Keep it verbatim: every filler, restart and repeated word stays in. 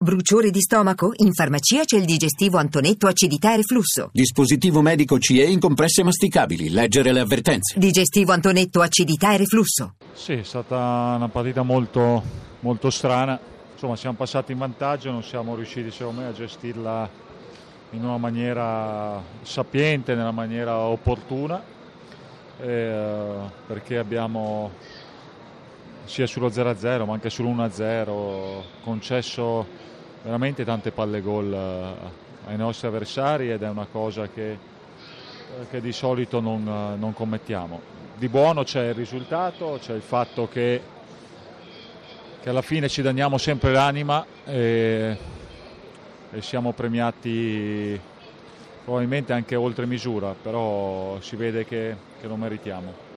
Bruciore di stomaco? In farmacia c'è il digestivo Antonetto acidità e reflusso. Dispositivo medico C E in compresse masticabili. Leggere le avvertenze. Digestivo Antonetto acidità e reflusso. Sì, è stata una partita molto, molto strana. Insomma, siamo passati in vantaggio, non siamo riusciti secondo me a gestirla in una maniera sapiente, nella maniera opportuna, eh, perché abbiamo sia sullo zero a zero ma anche sull'uno a zero concesso veramente tante palle gol ai nostri avversari, ed è una cosa che, che di solito non, non commettiamo. Di buono c'è il risultato, c'è il fatto che, che alla fine ci danniamo sempre l'anima e, e siamo premiati probabilmente anche oltre misura, però si vede che, che lo meritiamo.